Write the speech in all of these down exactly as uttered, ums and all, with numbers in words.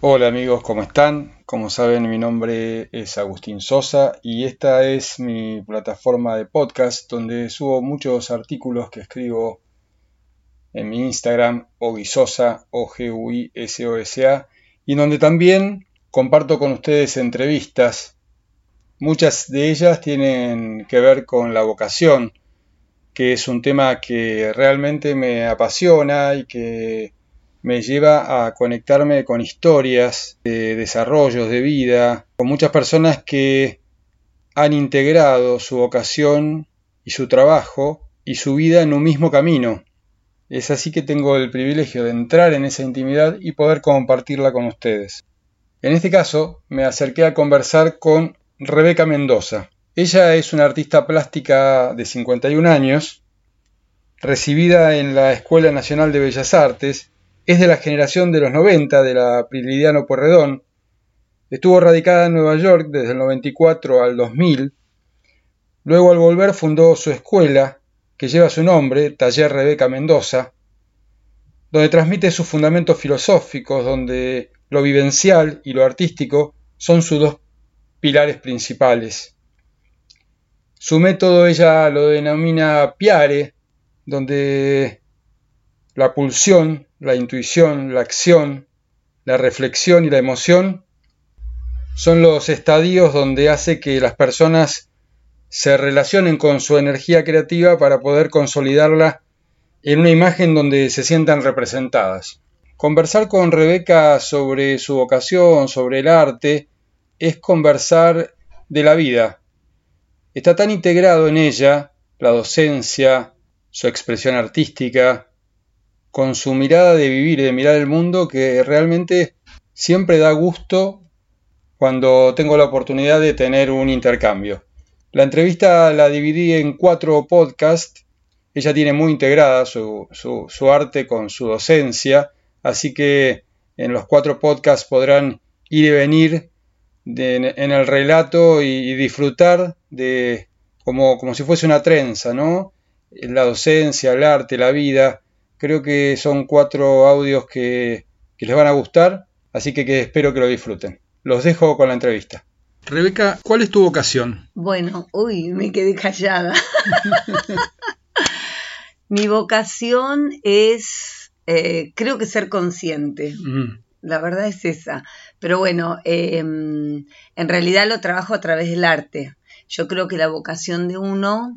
Hola amigos, ¿cómo están? Como saben, mi nombre es Agustín Sosa y esta es mi plataforma de podcast donde subo muchos artículos que escribo en mi Instagram, Oguisosa, O G U I S O S A, y donde también comparto con ustedes entrevistas. Muchas de ellas tienen que ver con la vocación, que es un tema que realmente me apasiona y que me lleva a conectarme con historias de desarrollos de vida, con muchas personas que han integrado su vocación y su trabajo y su vida en un mismo camino. Es así que tengo el privilegio de entrar en esa intimidad y poder compartirla con ustedes. En este caso, me acerqué a conversar con Rebeca Mendoza. Ella es una artista plástica de cincuenta y un años, recibida en la Escuela Nacional de Bellas Artes. Es de la generación de los noventa, de la Prilidiano Pueyrredón. Estuvo radicada en Nueva York desde el noventa y cuatro al dos mil. Luego, al volver, fundó su escuela, que lleva su nombre, Taller Rebeca Mendoza, donde transmite sus fundamentos filosóficos, donde lo vivencial y lo artístico son sus dos pilares principales. Su método ella lo denomina Piare, donde la pulsión, la intuición, la acción, la reflexión y la emoción son los estadios donde hace que las personas se relacionen con su energía creativa para poder consolidarla en una imagen donde se sientan representadas. Conversar con Rebeca sobre su vocación, sobre el arte, es conversar de la vida. Está tan integrado en ella la docencia, su expresión artística, con su mirada de vivir y de mirar el mundo, que realmente siempre da gusto cuando tengo la oportunidad de tener un intercambio. La entrevista la dividí en cuatro podcasts. Ella tiene muy integrada su, su, su arte con su docencia, así que en los cuatro podcasts podrán ir y venir de, en el relato y, y disfrutar de como, como si fuese una trenza, ¿no? La docencia, el arte, la vida. Creo que son cuatro audios que, que les van a gustar, así que, que espero que lo disfruten. Los dejo con la entrevista. Rebeca, ¿cuál es tu vocación? Bueno, uy, me quedé callada. Mi vocación es, eh, creo que ser consciente. Mm. La verdad es esa. Pero bueno, eh, en realidad lo trabajo a través del arte. Yo creo que la vocación de uno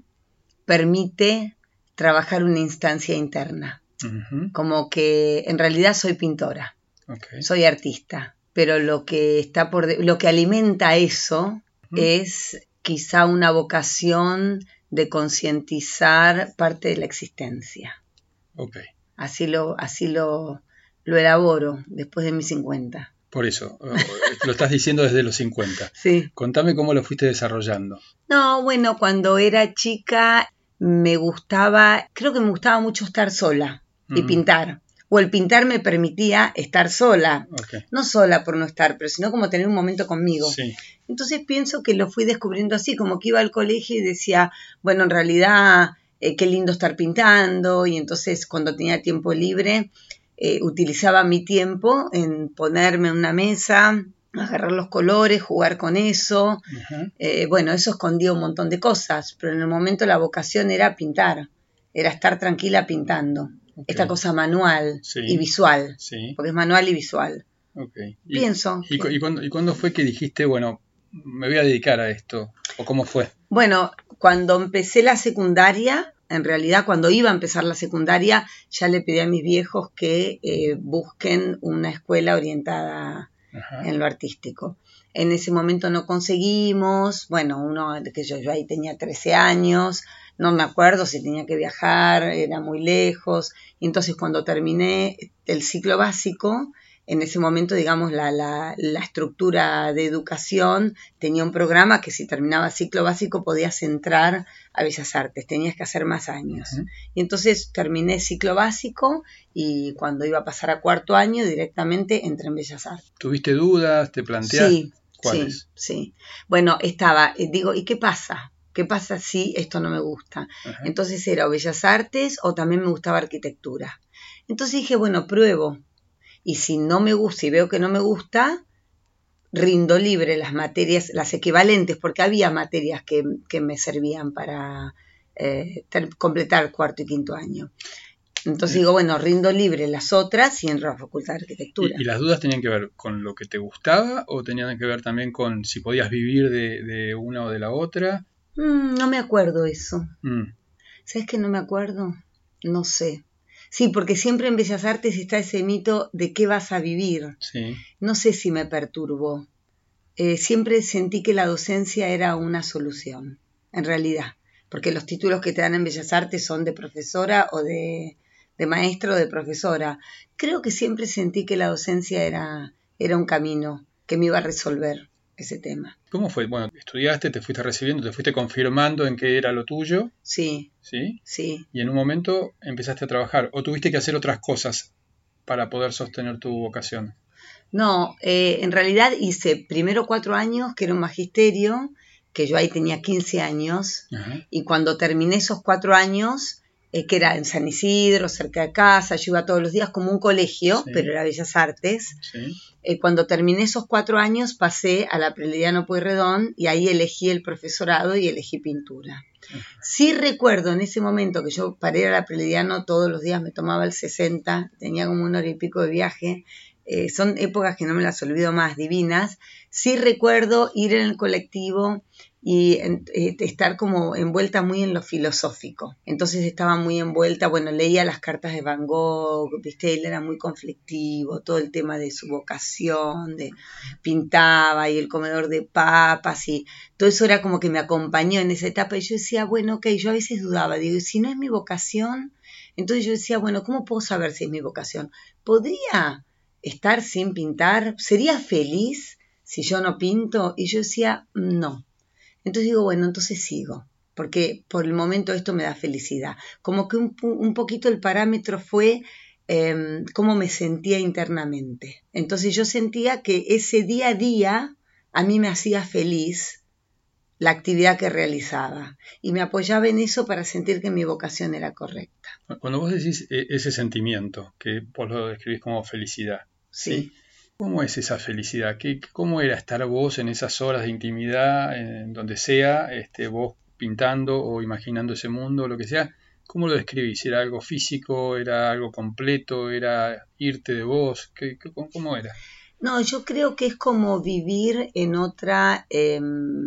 permite trabajar una instancia interna. Uh-huh. Como que en realidad soy pintora, okay. Soy artista. Pero lo que está por de, lo que alimenta eso uh-huh. es quizá una vocación de concientizar parte de la existencia. Okay. Así lo, así lo, lo elaboro después de mis cincuenta. Por eso, lo estás diciendo desde los cincuenta. Sí. Contame cómo lo fuiste desarrollando. No, bueno, cuando era chica me gustaba, creo que me gustaba mucho estar sola y uh-huh. pintar. O el pintar me permitía estar sola, okay. No sola por no estar, pero sino como tener un momento conmigo. Sí. Entonces pienso que lo fui descubriendo así, como que iba al colegio y decía, bueno, en realidad eh, qué lindo estar pintando, y entonces cuando tenía tiempo libre eh, utilizaba mi tiempo en ponerme en una mesa, agarrar los colores, jugar con eso. Uh-huh. Eh, bueno, eso escondía un montón de cosas, pero en el momento la vocación era pintar, era estar tranquila pintando. Okay. Esta cosa manual, sí. Y visual, sí. Porque es manual y visual. Okay. Y, Pienso. Y, que... y, cuándo, ¿Y cuándo fue que dijiste, bueno, me voy a dedicar a esto? ¿O cómo fue? Bueno, cuando empecé la secundaria, en realidad cuando iba a empezar la secundaria, ya le pedí a mis viejos que eh, busquen una escuela orientada Ajá. En lo artístico. En ese momento no conseguimos, bueno, uno que yo, yo ahí tenía trece años, no me acuerdo si tenía que viajar, era muy lejos, y entonces cuando terminé el ciclo básico, en ese momento, digamos, la, la, la estructura de educación tenía un programa que si terminaba ciclo básico podías entrar a Bellas Artes, tenías que hacer más años. Uh-huh. Y entonces terminé ciclo básico y cuando iba a pasar a cuarto año directamente entré en Bellas Artes. ¿Tuviste dudas? ¿Te planteaste? Sí, ¿cuáles? Sí, sí. Bueno, estaba, digo, ¿y qué pasa? ¿Qué pasa si esto no me gusta? Uh-huh. Entonces era o Bellas Artes o también me gustaba arquitectura. Entonces dije, bueno, pruebo. y si no me gusta, si veo que no me gusta, rindo libre las materias, las equivalentes, porque había materias que, que me servían para eh, ter, completar cuarto y quinto año. Entonces digo, bueno, rindo libre las otras y entro a la Facultad de Arquitectura. ¿Y, y las dudas tenían que ver con lo que te gustaba o tenían que ver también con si podías vivir de, de una o de la otra? Mm, no me acuerdo eso. Mm. ¿Sabes que no me acuerdo? No sé. Sí, porque siempre en Bellas Artes está ese mito de qué vas a vivir. Sí. No sé si me perturbó. Eh, siempre sentí que la docencia era una solución, en realidad. Porque los títulos que te dan en Bellas Artes son de profesora o de, de maestra o de profesora. Creo que siempre sentí que la docencia era, era un camino que me iba a resolver ese tema. ¿Cómo fue? Bueno, estudiaste, te fuiste recibiendo, te fuiste confirmando en qué era lo tuyo. Sí. ¿Sí? Sí. Y en un momento empezaste a trabajar o tuviste que hacer otras cosas para poder sostener tu vocación. No, eh, en realidad hice primero cuatro años, que era un magisterio, que yo ahí tenía quince años, Ajá. y cuando terminé esos cuatro años, eh, que era en San Isidro, cerca de casa, yo iba todos los días como un colegio, Sí. pero era Bellas Artes. Sí. Eh, cuando terminé esos cuatro años pasé a la Prelediano Pueyrredón y ahí elegí el profesorado y elegí pintura. Ajá. Sí recuerdo en ese momento que yo para ir a la Prelediano todos los días me tomaba el sesenta, tenía como una hora y pico de viaje. Eh, son épocas que no me las olvido más, divinas. Sí recuerdo ir en el colectivo y eh, estar como envuelta muy en lo filosófico. Entonces estaba muy envuelta, bueno, leía las cartas de Van Gogh, viste, él era muy conflictivo, todo el tema de su vocación, de pintaba y el comedor de papas y todo eso era como que me acompañó en esa etapa y yo decía, bueno, ok, yo a veces dudaba, digo, si no es mi vocación, entonces yo decía, bueno, ¿cómo puedo saber si es mi vocación? ¿Podría estar sin pintar? ¿Sería feliz si yo no pinto? Y yo decía, no. Entonces digo, bueno, entonces sigo, porque por el momento esto me da felicidad. Como que un, un poquito el parámetro fue eh, cómo me sentía internamente. Entonces yo sentía que ese día a día a mí me hacía feliz la actividad que realizaba y me apoyaba en eso para sentir que mi vocación era correcta. Cuando vos decís ese sentimiento, que vos lo describís como felicidad, ¿sí? Sí. ¿Cómo es esa felicidad? ¿Qué, ¿Cómo era estar vos en esas horas de intimidad, en donde sea, este, vos pintando o imaginando ese mundo, o lo que sea? ¿Cómo lo describís? ¿Era algo físico? ¿Era algo completo? ¿Era irte de vos? ¿Qué, qué, ¿Cómo era? No, yo creo que es como vivir en otra, eh,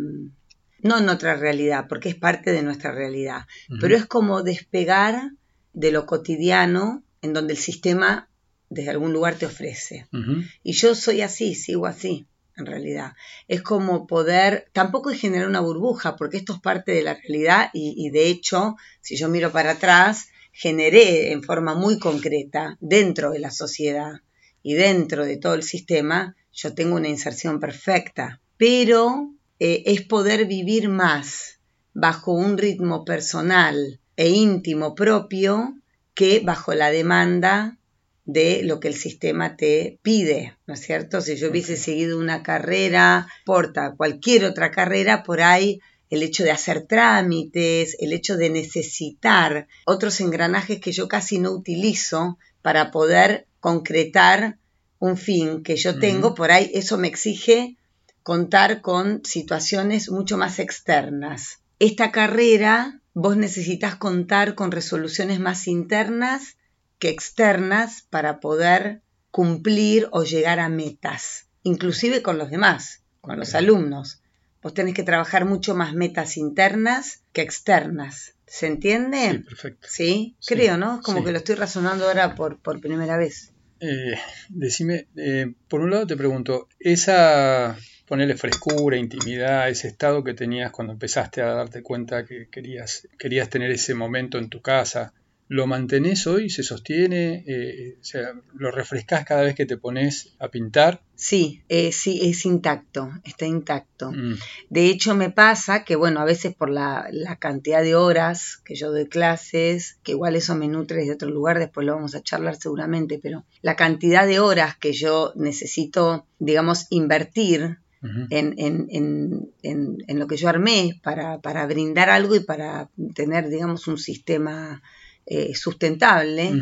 no en otra realidad, porque es parte de nuestra realidad, uh-huh. Pero es como despegar de lo cotidiano en donde el sistema desde algún lugar te ofrece. Uh-huh. Y yo soy así, sigo así, en realidad. Es como poder, tampoco es generar una burbuja, porque esto es parte de la realidad y, y de hecho, si yo miro para atrás, generé en forma muy concreta dentro de la sociedad y dentro de todo el sistema, yo tengo una inserción perfecta, pero eh, es poder vivir más bajo un ritmo personal e íntimo propio que bajo la demanda de lo que el sistema te pide, ¿no es cierto? Si yo hubiese okay. seguido una carrera, porta cualquier otra carrera, por ahí el hecho de hacer trámites, el hecho de necesitar otros engranajes que yo casi no utilizo para poder concretar un fin que yo tengo, uh-huh. Por ahí eso me exige contar con situaciones mucho más externas. Esta carrera, vos necesitas contar con resoluciones más internas que externas para poder cumplir o llegar a metas, inclusive con los demás, con los okay. alumnos. Vos tenés que trabajar mucho más metas internas que externas. ¿Se entiende? Sí, perfecto. ¿Sí? Sí, creo, ¿no? Como sí. que lo estoy razonando ahora por, por primera vez. Eh, decime, eh, por un lado te pregunto, esa, ponerle frescura, intimidad, ese estado que tenías cuando empezaste a darte cuenta que querías, querías tener ese momento en tu casa, ¿lo mantenés hoy? ¿Se sostiene? Eh, o sea, ¿lo refrescás cada vez que te pones a pintar? Sí, eh, sí, es intacto, está intacto. Mm. De hecho, me pasa que, bueno, a veces por la, la cantidad de horas que yo doy clases, que igual eso me nutre de otro lugar, después lo vamos a charlar seguramente, pero la cantidad de horas que yo necesito, digamos, invertir uh-huh. en, en, en, en, en lo que yo armé para, para brindar algo y para tener, digamos, un sistema Eh, sustentable, uh-huh.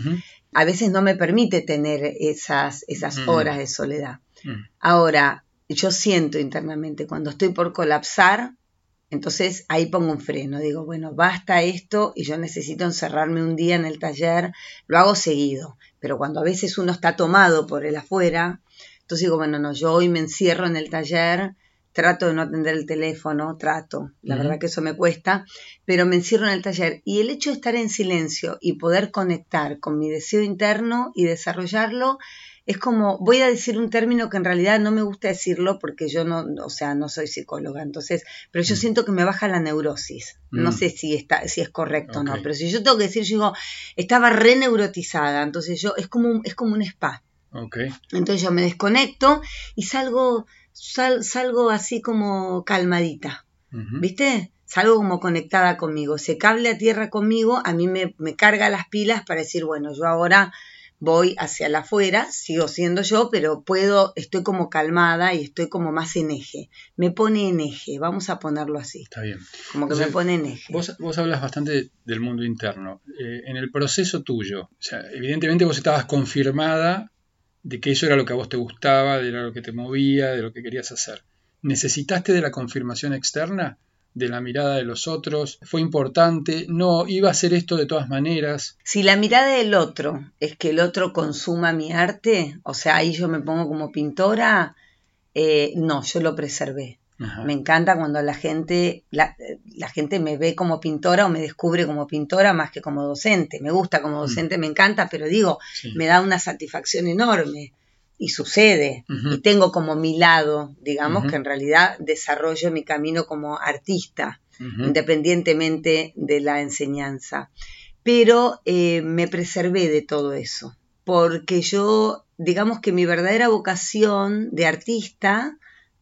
a veces no me permite tener esas, esas Mm. horas de soledad. Mm. Ahora, yo siento internamente cuando estoy por colapsar, entonces ahí pongo un freno, digo, bueno, basta esto y yo necesito encerrarme un día en el taller, lo hago seguido, pero cuando a veces uno está tomado por el afuera, entonces digo, bueno, no, yo hoy me encierro en el taller, trato de no atender el teléfono, trato, la Ujú. verdad que eso me cuesta, pero me encierro en el taller y el hecho de estar en silencio y poder conectar con mi deseo interno y desarrollarlo, es como, voy a decir un término que en realidad no me gusta decirlo porque yo no, o sea, no soy psicóloga, entonces, pero yo Mm. siento que me baja la neurosis. No Mm. sé si está, si es correcto o Ok. no, pero si yo tengo que decir, yo digo, estaba re neurotizada, entonces yo, es como un, es como un spa. Ok. Entonces yo me desconecto y salgo, sal, salgo así como calmadita, Ujú. ¿viste? Salgo como conectada conmigo. Ese cable a tierra conmigo a mí me, me carga las pilas para decir, bueno, yo ahora voy hacia la afuera, sigo siendo yo, pero puedo, estoy como calmada y estoy como más en eje. Me pone en eje, vamos a ponerlo así. Está bien. Como que Entonces, me pone en eje. Vos, vos hablas bastante del mundo interno. Eh, en el proceso tuyo, o sea, evidentemente vos estabas confirmada de que eso era lo que a vos te gustaba, de era lo que te movía, de lo que querías hacer. ¿Necesitaste de la confirmación externa? ¿De la mirada de los otros? ¿Fue importante? No, iba a hacer esto de todas maneras. Si la mirada del otro es que el otro consuma mi arte, o sea, ahí yo me pongo como pintora, eh, no, yo lo preservé. Ajá. Me encanta cuando la gente, la, la gente me ve como pintora o me descubre como pintora más que como docente. Me gusta como docente, Mm. me encanta, pero digo, Sí. me da una satisfacción enorme. Y sucede. Ujú. Y tengo como mi lado, digamos, Ujú. que en realidad desarrollo mi camino como artista, Ujú. independientemente de la enseñanza. Pero eh, me preservé de todo eso. Porque yo, digamos que mi verdadera vocación de artista,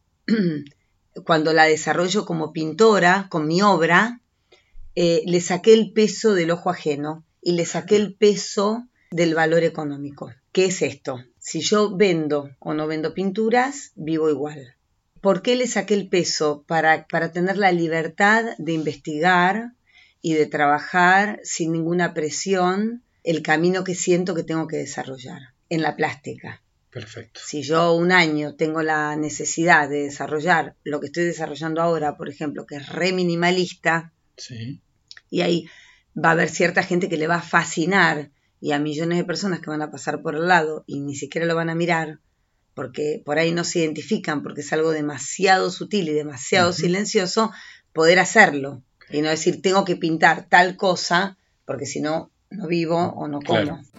cuando la desarrollo como pintora, con mi obra, eh, le saqué el peso del ojo ajeno y le saqué el peso del valor económico. ¿Qué es esto? Si yo vendo o no vendo pinturas, vivo igual. ¿Por qué le saqué el peso? Para, para tener la libertad de investigar y de trabajar sin ninguna presión el camino que siento que tengo que desarrollar en la plástica. Perfecto. Si yo un año tengo la necesidad de desarrollar lo que estoy desarrollando ahora, por ejemplo, que es re minimalista, Sí. y ahí va a haber cierta gente que le va a fascinar y a millones de personas que van a pasar por el lado y ni siquiera lo van a mirar, porque por ahí no se identifican, porque es algo demasiado sutil y demasiado Ujú. silencioso, poder hacerlo y no decir tengo que pintar tal cosa, porque si no, no vivo o no como. Claro.